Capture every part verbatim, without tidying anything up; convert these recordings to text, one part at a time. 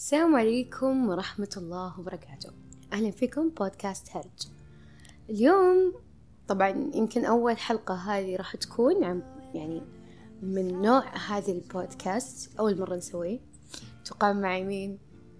السلام عليكم ورحمة الله وبركاته. أهلا فيكم بودكاست هرج. اليوم طبعا يمكن أول حلقة هذه راح تكون عن يعني من نوع هذا البودكاست، أول مرة نسويه. تقام معي مين؟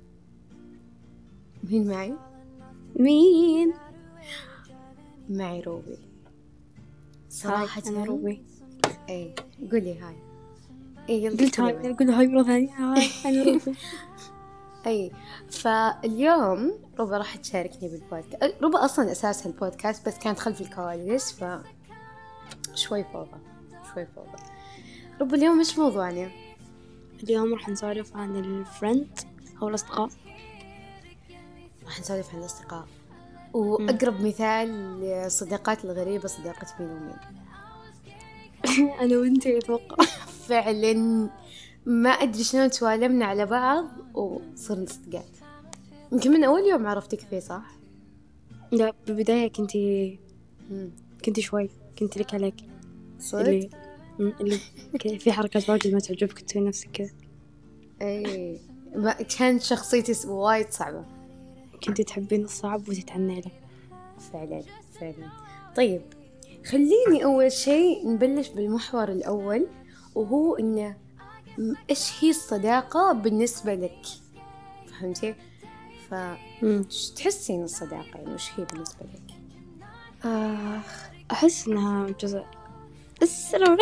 مين معي؟ مين؟ معي روبي. صراحة أنا روبي. أي قولي هاي. أي قلت هاي، قلت هاي مرة ثانية. هاي أنا روبي. أي فاليوم روبا راح تشاركني بالبودكاست. روبا أصلا أساسها البودكاست بس كانت خلف الكواليس، ف شوي فوضى شوي فوضى. روبا اليوم مش موضوعنا؟ اليوم راح نسولف عن الفريند أو الأصدقاء. راح نسولف عن الأصدقاء، وأقرب م. مثال لصداقات الغريبة صداقة مين ومين. أنا وأنتي أتوقع. فعلا ما أدري شلون توالمنا على بعض وصرنا صدقات. يمكن من أول يوم عرفتك فيه، صح؟ لا، بالبداية كنتي كنتي شوي كنتي لك عليك صدق؟ اللي اللي في حركات واجد ما تعجبك تسوي نفسك كذا. أي ما كانت شخصيتي وايد صعبة. كنتي تحبين الصعب وتتعنى له. فعلا فعلا. طيب خليني أول شيء نبلش بالمحور الأول، وهو إنه إيش هي الصداقة بالنسبة لك؟ فهمتي؟ فش تحسين الصداقة يعني وش هي بالنسبة لك؟ آه أحس إنها جزء السلام.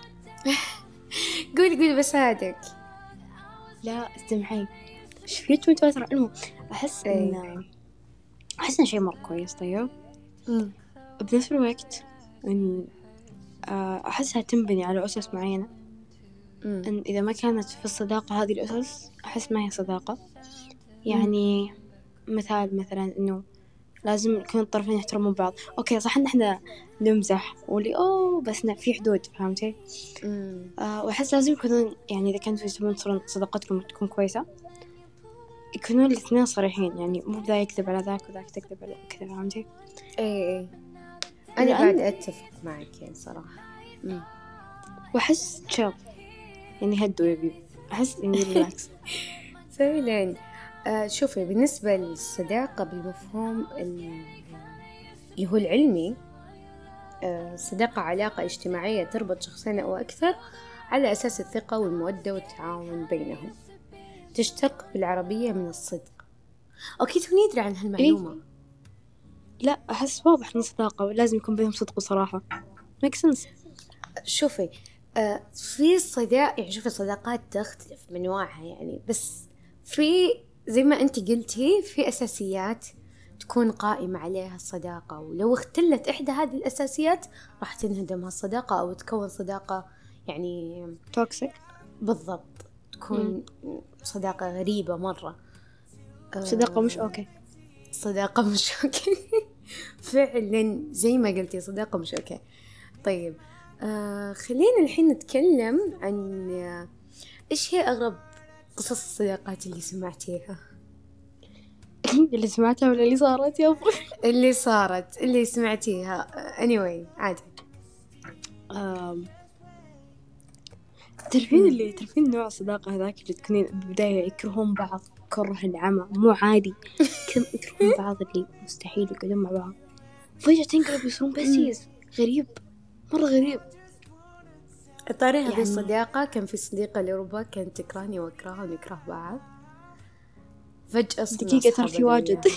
قولي قولي بساعدك. لا استمعي، إيش فيك متوترة؟ المهم أحس إن أحس إن شيء مرة كويس. طيب مم. بنفس الوقت إن أحسها تنبني على أسس معينة. مم. إن إذا ما كانت في الصداقة هذه الأسس أحس ما هي صداقة. يعني مم. مثال مثلا إنه لازم يكون الطرفين يحترمون بعض. أوكي صح إن إحنا نمزح واللي أوه بس في حدود، فهمتي؟ آه وأحس لازم يكونون يعني إذا كانتوا يسمون صداقتكم تكون كويسة يكونون الاثنين صريحين، يعني مو بذا يكذب على ذاك وذاك تكذب على كذا، فهمتي؟ إيه إيه أنا لأن... بعد أتفق معك يعني صراحة. مم. وأحس شاب يعني هدوا يبي أحس إني بالعكس. فعلا. آه شوفي بالنسبة للصداقة بالمفهوم اللي هو العلمي، آه صداقة علاقة اجتماعية تربط شخصين أو أكثر على أساس الثقة والمودة والتعاون بينهم. تشتق بالعربية من الصدق. أوكي توني أدري عن هالمعلومة. إيه؟ لا أحس واضح إن الصداقة لازم يكون بينهم صدق وصراحة. make sense. شوفي آه في صداقة يعني شوفي الصداقات تختلف من نوعها يعني، بس في زي ما أنت قلتي في أساسيات تكون قائمة عليها الصداقة، ولو اختلت إحدى هذه الأساسيات راح تنهدم هالصداقة أو تكون صداقة يعني توكسيك. بالضبط، تكون مم. صداقة غريبة مرة. صداقة مش أوكي. صداقة مش أوكي. فعلا زي ما قلتي صداقة مش أوكي. طيب آه خلينا الحين نتكلم عن آه إيش هي أغرب قصص الصداقات اللي سمعتيها؟ اللي سمعتها ولا اللي صارت يا أبو؟ اللي صارت اللي سمعتيها anyway عادي. أم... تعرفين اللي تعرفين نوع الصداقة هذاك اللي تكونين بالبداية يكرهون بعض كره العمى مو عادي، كم يكرهون بعض اللي مستحيل يقعدون مع بعض، فجأة تنقلب يصيرون بسيس. غريب مرة غريب. طاري هذه يعني... الصداقة كان في صديقة لربا كانت تكرهني وأكرهها ونكره بعض فجأة صرنا دقيقة ترى في واجد.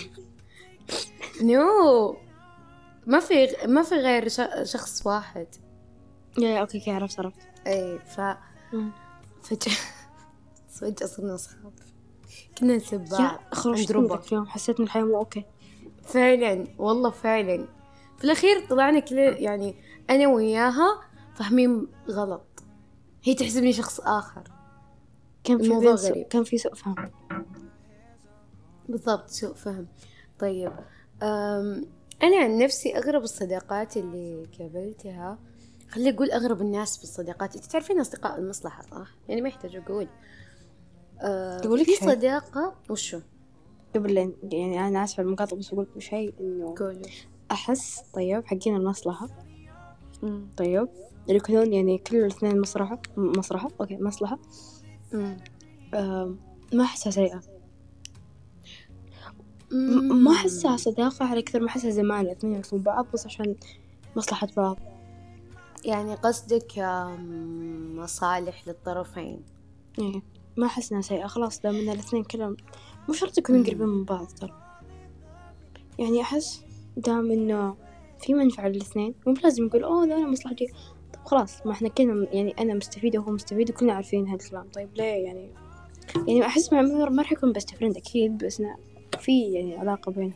نو ما في ما في غير شخص واحد. يا اوكي اوكي عرفت عرفت. اي ف فجأة فجأة صرنا أصحاب، كنا نسب بعض عند ربا. يوم حسيت إن الحياة مو اوكي فعلا والله فعلا. في الأخير طلعنا كل يعني أنا وياها فاهمين غلط، هي تحسبني شخص آخر. كان في الموضوع غريب، كان في سوء فهم. بالضبط سوء فهم. طيب أنا عن نفسي أغرب الصداقات اللي قابلتها، خلي أقول أغرب الناس بالصداقات. أنت تعرفين أصدقاء المصلحة صح؟ يعني ما يحتاج أقول أه في صداقة وشو قبل يعني أنا آسفة المقاطعة بس أقول شيء إنه قولي. أحس طيب حقين المصلحة مم. طيب اللي يكونون يعني كل الاثنين مصلحة مصلحة أوكي مصلحة أه ما أحسها سيئة. م- ما أحسها صداقة على كثر ما أحسها زمالة، اثنين يعرفون بعض بس عشان مصلحة بعض. يعني قصدك آم، مصالح للطرفين. إيه ما أحس إنها سيئة، خلاص دام إن الاثنين كلهم مو شرط يكونون قريبين من بعض ترى. يعني أحس دام إنه في منفعة للاثنين مو لازم يقول أوه لا أنا مصلحتي. طب خلاص ما إحنا كلنا يعني أنا مستفيدة وهو مستفيد وكلنا عارفين هالكلام، طيب ليه يعني؟ يعني أحس ما ما راح يكون بست فريند أكيد، بس إنه في يعني علاقة بينهم.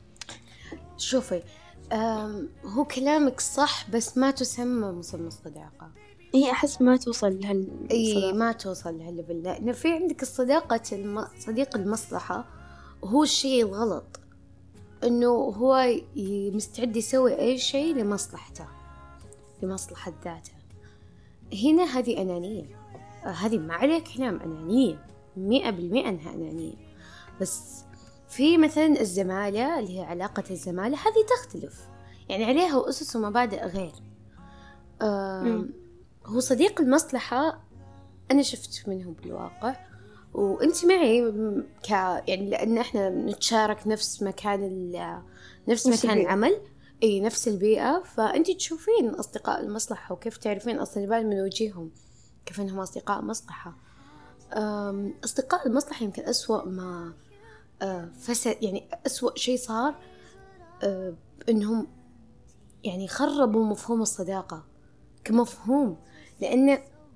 شوفي، آم، هو كلامك صح بس ما تسمى مسمى الصداقة. هي أحس ما توصل اي لهالصداقة. ما توصل لهالليفل، لأنه في عندك الصداقة الم... صديق المصلحة، وهو الشيء الغلط انه هو ي- مستعد يسوي اي شيء لمصلحته، لمصلحة ذاته. هنا هذه أنانية، آه، هذه ما عليه كلام، أنانية مئة بالمئة أنها أنانية. بس في مثلا الزمالة اللي هي علاقة الزمالة هذه تختلف، يعني عليها أسس ومبادئ غير. آم، هو صديق المصلحة أنا شفت منهم بالواقع، وأنت معي م- ك يعني لأن إحنا نتشارك نفس مكان ال... نفس, نفس مكان البيئة. العمل، أي نفس البيئة، فأنت تشوفين أصدقاء المصلحة وكيف تعرفين أصلا يبان من وجههم كيف إنهم أصدقاء مصلحة. أم، أصدقاء المصلحة يمكن أسوأ ما أه، فسد، يعني أسوأ شيء صار أه، إنهم يعني خربوا مفهوم الصداقة كمفهوم، لأن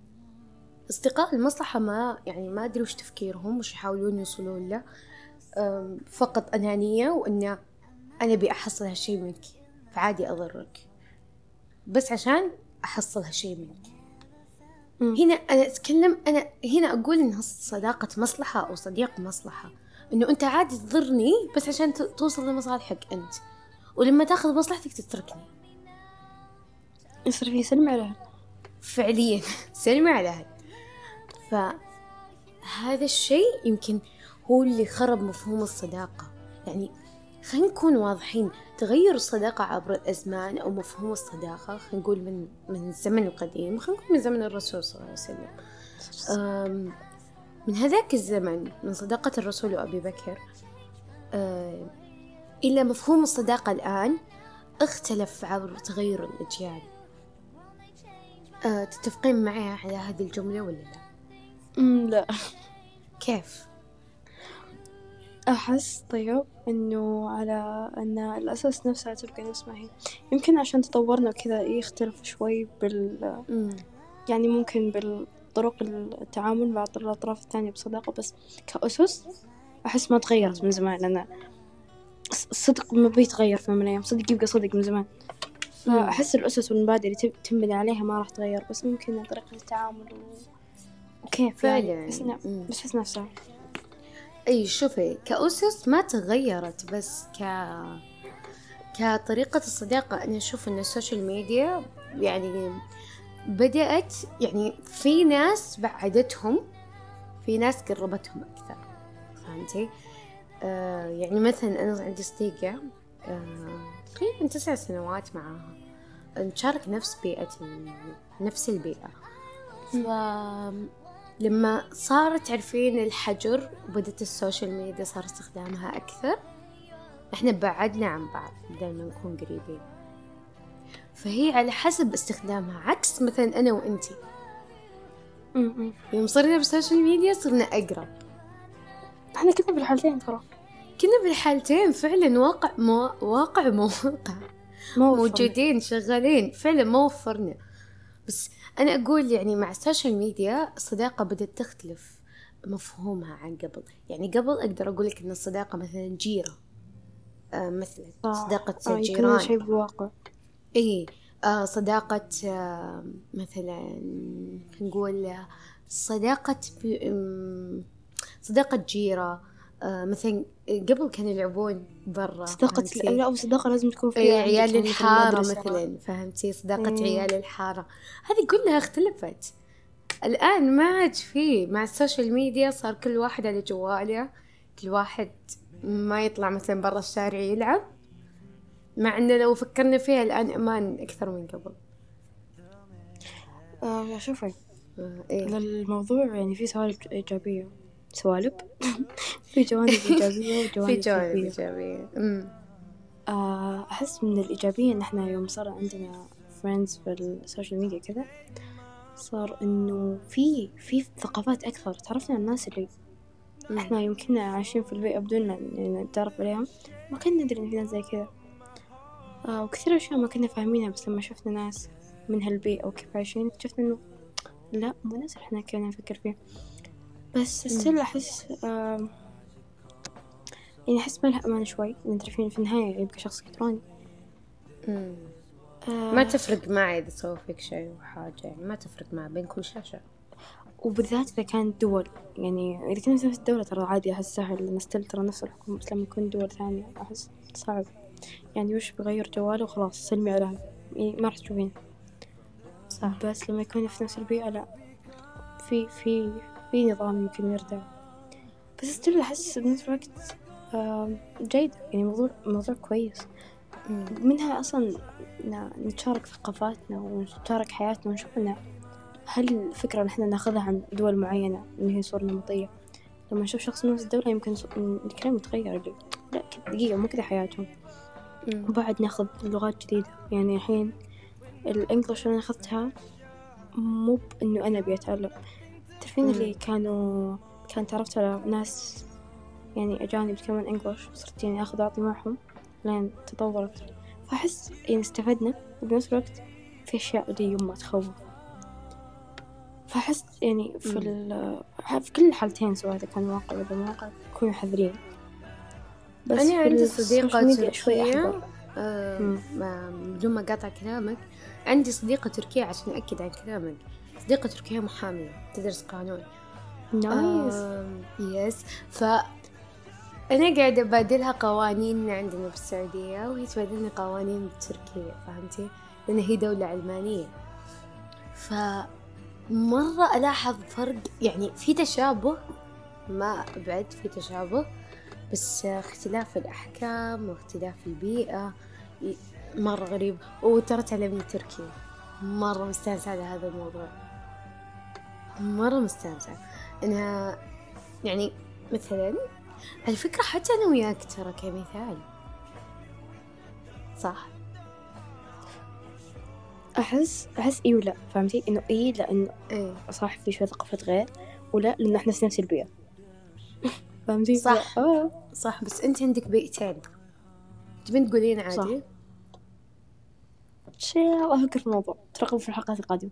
أصدقاء المصلحة ما يعني ما أدري وش تفكيرهم وش يحاولون يوصلون له. أم، فقط أنانية، وإن أنا بأحصل هالشي منك فعادي أضرك بس عشان أحصل هالشي منك. مم. هنا أنا أتكلم، أنا هنا أقول إنها صداقة مصلحة أو صديق مصلحة، إنه أنت عادي تضرني بس عشان ت- توصل لمصالحك أنت، ولما تاخذ مصلحتك تتركني. يصير في سلم عليها فعليا سلمي على هذا. فهذا الشيء يمكن هو اللي خرب مفهوم الصداقة. يعني خلينا نكون واضحين، تغير الصداقة عبر الأزمان أو مفهوم الصداقة، خلينا نقول من من الزمن القديم، خلينا نقول من زمن الرسول صلى الله عليه وسلم. أم، من هذاك الزمن من صداقة الرسول وأبي بكر أه، إلى مفهوم الصداقة الآن اختلف عبر تغير الأجيال. أه، تتفقين معي على هذه الجملة ولا لا؟ أمم لا. كيف؟ أحس طيب إنه على أن الأساس نفسها تبقى نفس ما هي، يمكن عشان تطورنا كذا يختلف شوي بال مم. يعني ممكن بالطرق التعامل مع الأطراف الثانية بصداقة، بس كأسس أحس ما تغيرت من زمان، لأن الصدق ما بيتغير في يوم من الأيام، صدق يبقى صدق من زمان. فأحس الأسس والمبادئ اللي تب- تنبني عليها ما راح تغير، بس ممكن طريقة التعامل و... وكيف يعني فعلا. بس إنه مم. بس حس نفسها. أي شوفي، كأسس ما تغيرت، بس ك كطريقة الصداقة أنا أشوف أن السوشيال ميديا يعني بدأت، يعني في ناس بعدتهم، في ناس قربتهم أكثر، فهمتي؟ آه يعني مثلا أنا عندي صديقة آه تقريبا تسع سنوات معاها، نشارك نفس بيئة نفس البيئة. فلما صارت تعرفين الحجر وبدت السوشيال ميديا صار استخدامها أكثر، إحنا بعدنا عن بعض بدأنا نكون قريبين. فهي على حسب استخدامها، عكس مثلا أنا وإنتي م-م. يوم صرنا بالسوشيال ميديا صرنا أقرب. احنا كنا بالحالتين ترى، كنا بالحالتين فعلا واقع مو... واقع مواقع موجودين شغالين فعلا، ما وفرنا. بس أنا أقول يعني مع السوشيال ميديا الصداقة بدأت تختلف مفهومها عن قبل. يعني قبل أقدر أقولك إن الصداقة مثلا جيرة، آه مثلا صداقة آه جيران، شيء بالواقع. إيه آه صداقة آه مثلا نقول صداقة صداقة جيرة، آه مثلا قبل كانوا يلعبون برا، صداقة لا أو صداقة لازم تكون فيها إيه عيال الحارة مثلا، فهمتي؟ صداقة إيه. عيال الحارة هذه كلها اختلفت الآن، ما عاد فيه. مع السوشيال ميديا صار كل واحد على جواله، كل واحد ما يطلع مثلا برا الشارع يلعب، مع أنه لو فكرنا فيها الآن أمان أكثر من قبل. آه شوفي آه إيه؟ للموضوع يعني فيه سوالف إيجابية، سوالب. في جوانب إيجابية في وجوانب جوانب سلبية. إيجابية. أمم. آه، أحس من الإيجابية إن إحنا يوم صار عندنا فريندز في السوشيال ميديا كذا، صار إنه في في ثقافات أكثر، تعرفنا على الناس اللي أمم. إحنا يمكننا عايشين في البيئة بدون يعني نتعرف عليهم، ما كنا ندري إن في ناس زي كذا. آه، وكثير أشياء ما كنا فاهمينها، بس لما شفنا ناس من هالبيئة وكيف عايشين اكتشفنا إنه لا، مو ناس إحنا كنا نفكر فيه. بس ستيل أحس آه يعني أحس ما لها أمان شوي، ندري فين في النهاية يبقى شخص إلكتروني. أمم. آه، ما تفرق معي إذا سوى فيك شيء وحاجة، يعني ما تفرق معي بين كل شاشة. وبالذات إذا كانت دول، يعني إذا كانت نفس الدولة ترى عادي أحس سهل، لأن ستيل ترى نفس الحكومة، بس لما يكون دول ثانية أحس صعب. يعني وش بغير جواله وخلاص سلمي عليها، يعني ما راح تشوفين. صح. بس لما يكون في نفس البيئة لا، في في في نظام يمكن يرجع. بس ستيل أحس بنفس الوقت آه جيد، يعني موضوع موضوع كويس. أمم. منها أصلا نتشارك ثقافاتنا ونتشارك حياتنا، ونشوف إن هل الفكرة إن إحنا ناخذها عن دول معينة إن هي صورة نمطية، لما نشوف شخص من نفس الدولة يمكن الكلام يتغير، اللي لا دقيقة مو كذا حياتهم. وبعد ناخذ لغات جديدة، يعني الحين الإنجليش اللي أنا أخذتها مو بإنه أنا بيتعلم، تعرفين اللي كانوا كان تعرفت على ناس يعني أجانب يتكلمون إنجليش، صرت يعني أخذ أعطي معهم لين تطورت. فأحس يعني استفدنا، وبنفس الوقت في أشياء اللي يوم تخوف. فأحس يعني في في كل الحالتين، سواء إذا كان واقع ولا مواقع، كونوا حذرين. بس أنا في عندي صديقة ميديا شوي تركية أحذر. آه ما بدون ما قاطع كلامك، عندي صديقة تركية عشان أكد عن كلامك، صديقة تركية محامية تدرس قانون. نايس. آه يس. فأنا قاعدة أبادلها قوانين عندنا بالسعودية، وهي تبادلني قوانين بتركيا، فهمتي؟ لأن هي دولة علمانية. فمرة ألاحظ فرق، يعني في تشابه، ما أبعد في تشابه، بس اختلاف الأحكام واختلاف البيئة مرة غريب. وترى تعلمني تركي، مرة مستانسة على هذا الموضوع، مرة مستانسة. أنا يعني مثلا على فكرة حتى أنا وياك ترى كمثال، صح؟ أحس أحس إيه ولا، فهمتي إنه إيه لأنه إيه صح في شوية ثقافات غير، ولا لأنه إحنا في نفس البيئة. فهمتي؟ صح. آه صح، بس أنت عندك بيئتين، تبين تقولين عادي؟ شيء أفكر في الموضوع، ترقبوا في الحلقات القادمة.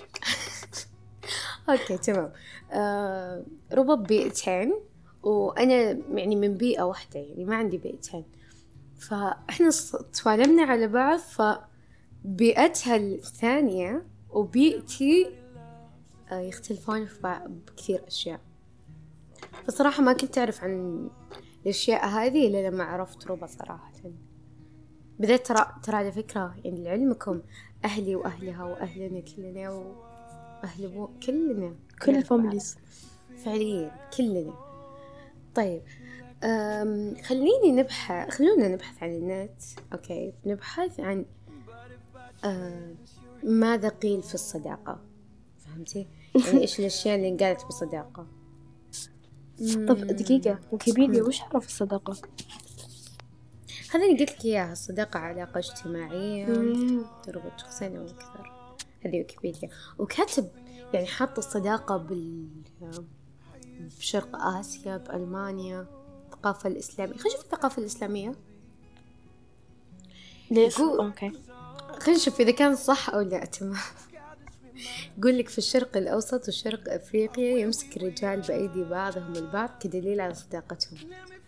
أوكي تمام. آه ربط بيئتين، وأنا يعني من بيئة واحدة، يعني ما عندي بيئتين، فإحنا تفاعلنا على بعض، فبيئتها الثانية وبيئتي آه يختلفون في بكثير أشياء. فصراحة ما كنت أعرف عن الأشياء هذه إلا لما عرفت ربع صراحة. بدأت ترى ترى على فكرة، يعني لعلمكم أهلي وأهلها وأهلنا كلنا وأهل أبو كلنا، كل الفاميليز فعليا كلنا. طيب خليني نبحث خلونا نبحث عن النت. أوكي، نبحث عن ماذا قيل في الصداقة، فهمتي؟ يعني إيش الأشياء اللي قالت بالصداقة. طب دقيقة، ويكيبيديا وش عرف الصداقة؟ هذا اللي قلت لك إياها، الصداقة علاقة اجتماعية تربط شخصين أو أكثر، هذه ويكيبيديا. وكاتب يعني حط الصداقة بال بشرق آسيا، بألمانيا، الثقافة الإسلامية. خلينا نشوف الثقافة الإسلامية ليش؟ جو... أوكي خلينا نشوف إذا كان صح أو لا. تمام. يقول لك في الشرق الأوسط وشرق أفريقيا يمسك الرجال بأيدي بعضهم البعض كدليل على صداقتهم.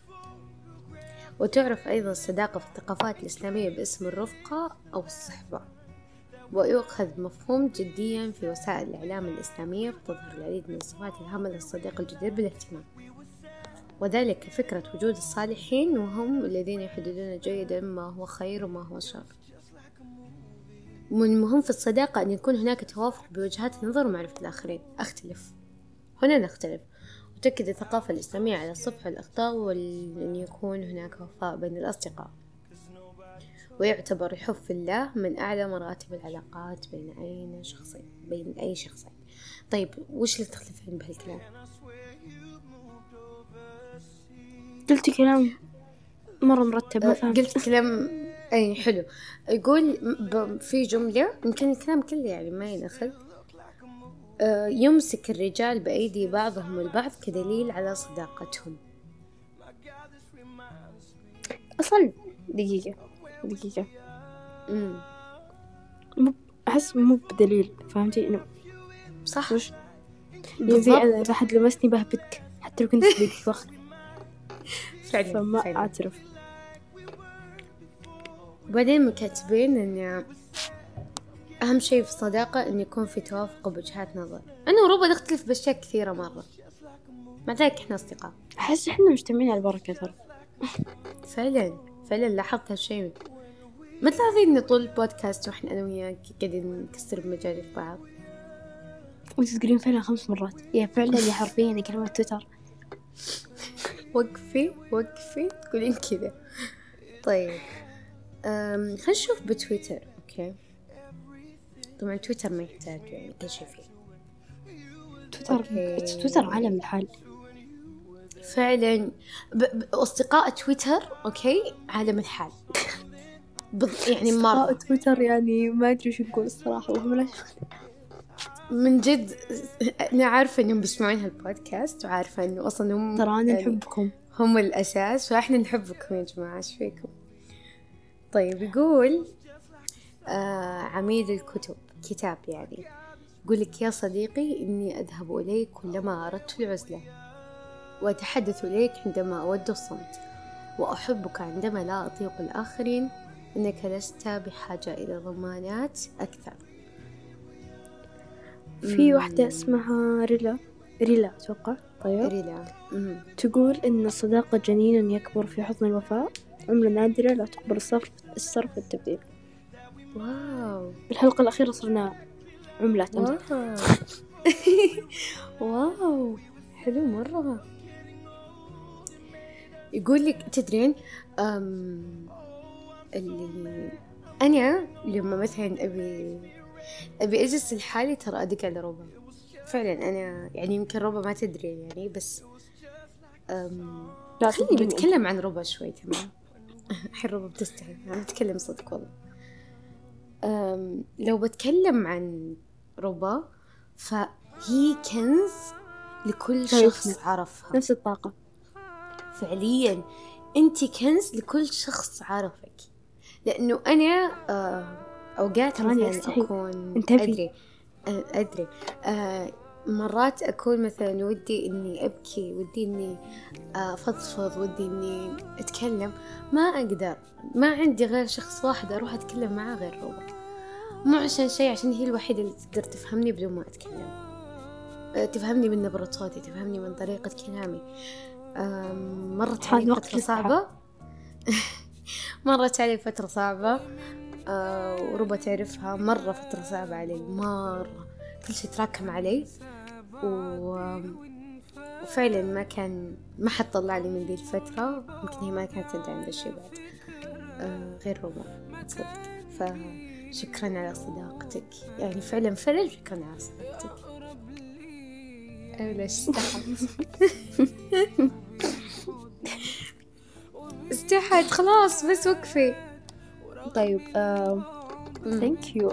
وتعرف أيضا الصداقة في الثقافات الإسلامية باسم الرفقة أو الصحبة، ويؤخذ مفهوم جديا في وسائل الإعلام الإسلامية، فتظهر العديد من الصفات الهامة للصديق الجدير بالاهتمام، وذلك فكرة وجود الصالحين وهم الذين يحددون جيدا ما هو خير وما هو شر. من المهم في الصداقة أن يكون هناك توافق بوجهات النظر ومعرفة الآخرين. أختلف هنا نختلف. وتأكد الثقافة الإسلامية على صفح الأخطاء وأن يكون هناك وفاء بين الأصدقاء، ويعتبر حب الله من أعلى مراتب العلاقات بين أي شخصين بين أي شخصين. طيب وش اللي تختلفين بهالكلام؟ قلت كلام مرة مرتب ما فهمت. قلت كلام أي حلو. يقول ب- في جملة يمكن الكلام كله يعني ما ينأخذ. آه، يمسك الرجال بأيدي بعضهم البعض كدليل على صداقتهم. أصلا دقيقة دقيقة امم مو أحس مو بدليل، فهمتي إنه صح وش يعني زي أنا إذا حد لمسني بهبدك حتى لو كنت صديق فخ فعلا فما فعلا. أعترف. وبعدين مكاتبين إن أهم شيء في الصداقة إن يكون في توافق بوجهات نظر. أنا وربا نختلف بأشياء كثيرة مرة، مع ذلك إحنا أصدقاء. أحس إحنا مجتمعين على البركة ترى. فعلا فعلا لاحظت هالشيء. ما تلاحظين إن طول البودكاست وإحنا أنا وياك قاعدين نكسر بمجال في بعض وتذكرين فعلا خمس مرات يا فعلا يا حرفيا يا كلمة تويتر. وقفي وقفي تقولين كذا. طيب أم خلينا نشوف بتويتر. أوكي طبعا تويتر ما يحتاج يعني كل شيء فيه. تويتر تويتر عالم الحال فعلا. ب... ب... أصدقاء تويتر أوكي عالم الحال بض... يعني مرة تويتر يعني ما أدري شو نقول الصراحة وهم من جد. أنا عارفة إنهم بيسمعون هالبودكاست وعارفة إنه أصلا هم ترى أنا يعني نحبكم، هم الأساس، فإحنا نحبكم يا جماعة. إيش فيكم؟ طيب يقول آه عميد الكتب كتاب يعني يقول لك يا صديقي إني أذهب إليك كلما أردت العزلة، وأتحدث إليك عندما أود الصمت، وأحبك عندما لا أطيق الآخرين، إنك لست بحاجة إلى ضمانات أكثر. في واحدة اسمها ريلا ريلا أتوقع. طيب ريلا مم. تقول إن الصداقة جنين يكبر في حضن الوفاء، عملة نادرة لا تقبل الصرف الصرف والتبديل. واو الحلقة الأخيرة صرنا عملة واو واو حلو مرة. يقول لك تدرين أم اللي أنا لما مثلا أبي أبي أجلس لحالي ترى أدق على ربع. فعلا أنا يعني يمكن ربع ما تدري يعني بس أم لا خليني بتكلم عن ربع شوي. تمام الحين ربع بتستحي أنا بتكلم صدق والله. أم لو بتكلم عن ربع فهي كنز لكل شخص عرفها. نفس الطاقة فعليا أنت كنز لكل شخص عرفك. لأنه أنا أوقات مثلا أكون أدري أدري أه مرات أكون مثلا ودي إني أبكي، ودي إني أفضفض، ودي إني أتكلم، ما أقدر، ما عندي غير شخص واحد أروح أتكلم معه غير روبا. مو عشان شيء، عشان هي الوحيدة اللي تقدر تفهمني بدون ما أتكلم، تفهمني من نبرة صوتي، تفهمني من طريقة كلامي. مرت علي فترة صعبة مرت علي فترة صعبة أه وربا تعرفها، مرة فترة صعبة علي مرة، كل شيء تراكم علي و... وفعلا ما كان ما حد طلع لي من ذي الفترة. يمكن هي ما كانت تدري عن الشيء بعد أه غير ربا صدق. فشكرا على صداقتك يعني فعلا فعلا شكرا على صداقتك. ليش استحت استحت خلاص بس وقفي. طيب ثانك يو.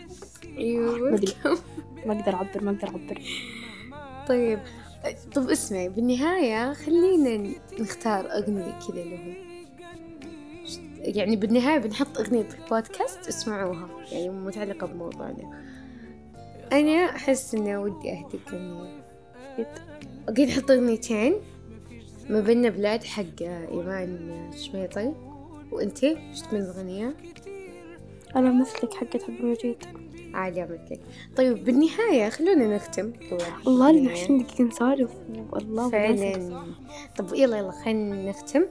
ما أقدر أعبر ما أقدر أعبر. طيب طب اسمعي بالنهاية خلينا نختار أغنية كذا لهم، يعني بالنهاية بنحط أغنية في البودكاست اسمعوها يعني متعلقة بموضوعنا. أنا أحس إني ودي أهديك أغنية. أوكي نحط أغنيتين ما بيننا بلاد حق إيمان شميطي، وأنتي وش تبين الأغنية؟ أنا مثلك حقت عبد المجيد. عادي مثلك. طيب بالنهاية خلونا نختم. الله اللي نحشين دقيقة نسولف والله فعلا. طب يلا يلا خلينا نختم.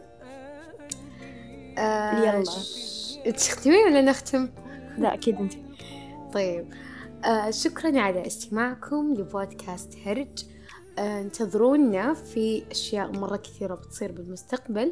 آه يلا ش... تختمين ولا نختم؟ لا أكيد أنت. طيب آه شكرا على استماعكم لبودكاست هرج. آه انتظرونا في أشياء مرة كثيرة بتصير بالمستقبل،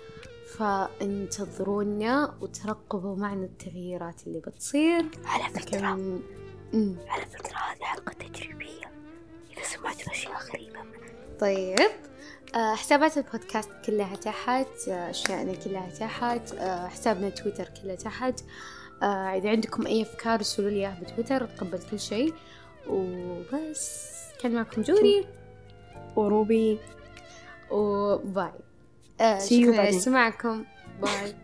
فانتظرونا وترقبوا معنا التغييرات اللي بتصير. على فكرة لكن... على فكرة هذه حلقة تجريبية إذا سمعت أشياء غريبة. طيب آه، حسابات البودكاست كلها تحت، آه، أشياءنا كلها تحت، آه، حسابنا تويتر كله تحت. آه، إذا عندكم أي أفكار ارسلوا لي إياها بتويتر، أتقبل كل شيء. وبس، كان معكم جوري وروبي وباي. آه، See you شكرا بعدين. لسماعكم. باي.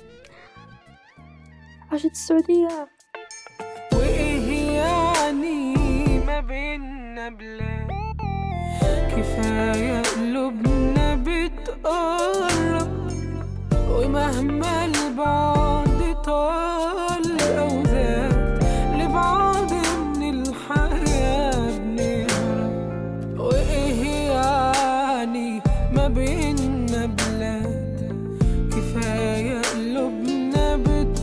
عاشت السعودية. وإيه يعني ما بيننا بلاد، كفاية قلوبنا بتقرب، ومهما البعد طال أو زاد لبعض من الحياة بنهرب. وإيه يعني ما بيننا بلاد، كفاية قلوبنا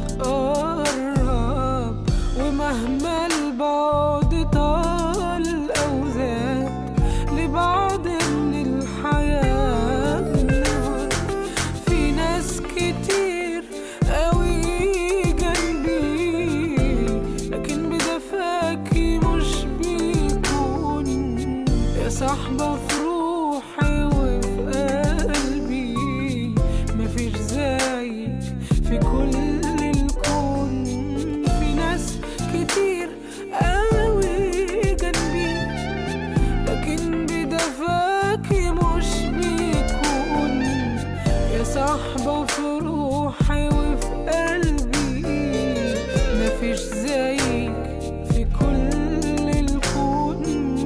بتقرب، ومهما البعد طال أو زاد لبعض من الحياة بنهرب. في ناس كتير قوي جنبي، لكن بدفاكي مش بيكون يا صاحبة في روحي وفي قلبي، مفيش زيك في كل الكون. في ناس كتير قوي جنبي، لكن بدفاكي مش بيكون يا صاحبة في روحي وفي قلبي، مفيش زيك في كل الكون.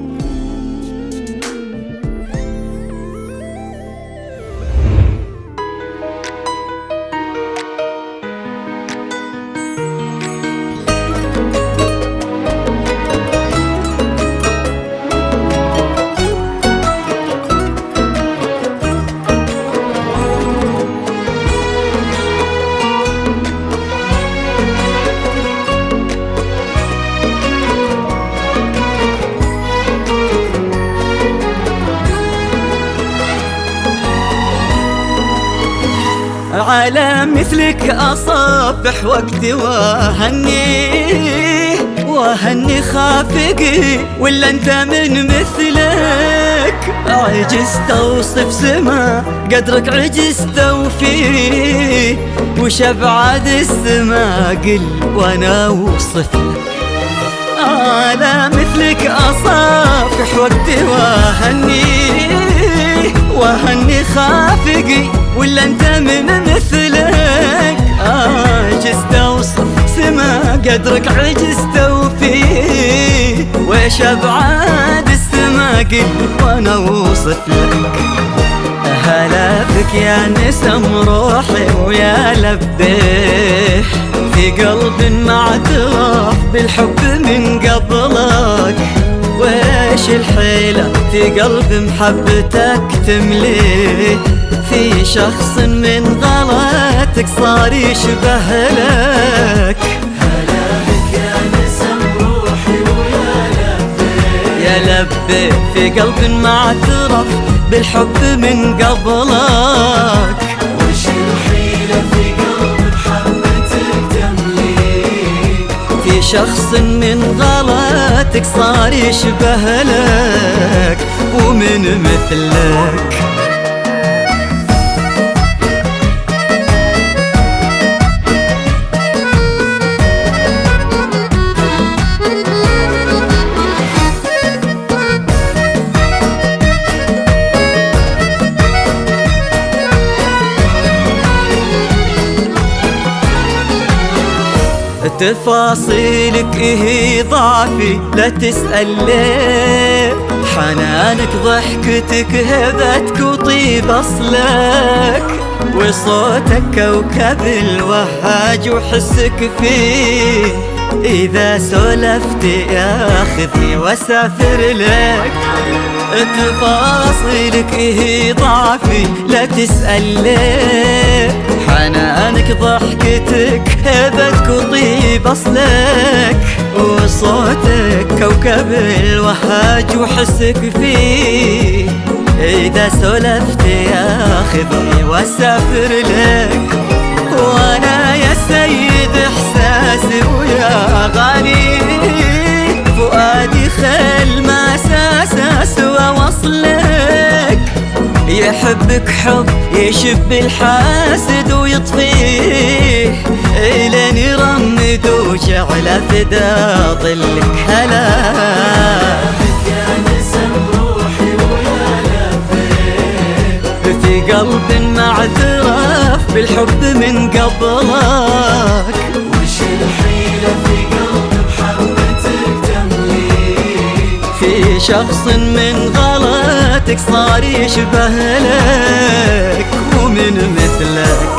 على مثلك أصبح وقتي وهني وهني خافقي، ولا انت من مثلك عجزت اوصف سما قدرك، عجزت اوفيه وش ابعد السما قل وانا اوصف لك. على مثلك أصافح وقتي وهني وهني خافقي، ولا انت من مثلك عجزت اوصف سما قدرك، عجزت اوفيه ويش ابعاد السما قل وانا اوصف لك. هلا بك يا نسم روحي ويا لبيه، في قلب ما اعترف بالحب من قبلك، ويش الحيلة في قلب محبتك تمليه، في شخص من غلاتك صار يشبه لك. هلا بك يا نسم روحي ويا لبيه، يا لبيه في قلب ما اعترف بالحب من قبلك، وش الحيلة في قلب محبتك تمليه، في شخص من غلاتك صار يشبه لك ومن مثلك. تفاصيلك إيه ضعفي لا تسأل ليه، حنانك ضحكتك هبتك وطيب أصلك، وصوتك كوكب الوهاج وحسك فيه، إذا سولفت ياخذني واسافر لك. تفاصيلك إيه ضعفي لا تسأل ليه، حنانك ضحكتك هبتك وطيب أصلك، وصوتك كوكب الوهاج وحسك فيه، إذا سولفت ياخذني واسافر لك. وانا يا سيد احساسي ويا غالي فؤادي خل ما ساساس واوصلك، يحبك حب يشب الحاسد ويطفيه، إلين يرمد وشعله فدا ظلك. هلا يا نسم روحي ويا لفيت في قلب ما اعترف بالحب من قبلك. وش الحيلة في قلب بحبتك تمليك؟ في شخص من غلطك صار يشبه لك ومن مثلك.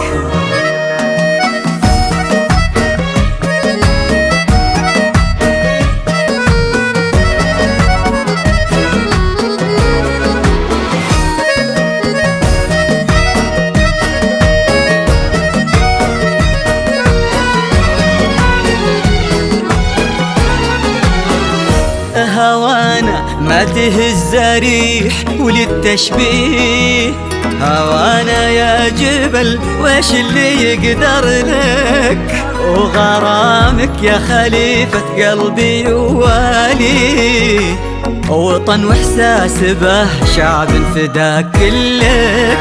هوانا ما تهز ريح وللتشبيه، هوانا يا جبل وش اللي يقدر لك، وغرامك يا خليفة قلبي يوالي، وطن واحساس به شعب فداك كلك.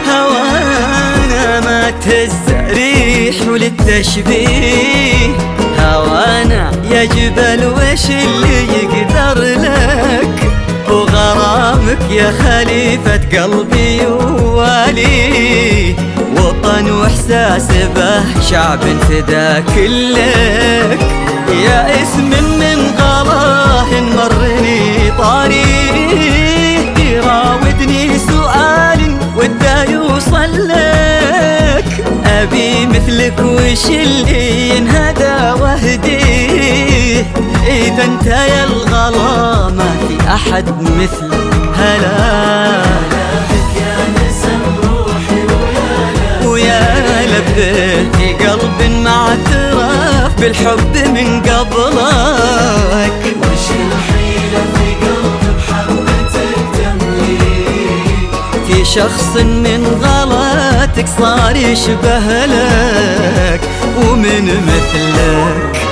هوانا ما تهز ريح وللتشبيه، هوانا يا جبل وش اللي يقدر لك، وغرامك يا خليفة قلبي يوالي، وطن واحساس به شعب فدا كلك. يا اسم من غلاه مرني طريق، يراودني سؤال ودا يوصل لك، أبي مثلك وش اللي ينهدى وهديه، إذا انت يا الغلا ما في أحد مثلك. هلا يا نسم روحي ويا ويا لبيت في قلب ما اعترف بالحب من قبلك. وش الحيلة في قلب بحبتك تمليك؟ في شخص من غلطك صار يشبه لك ومن مثلك.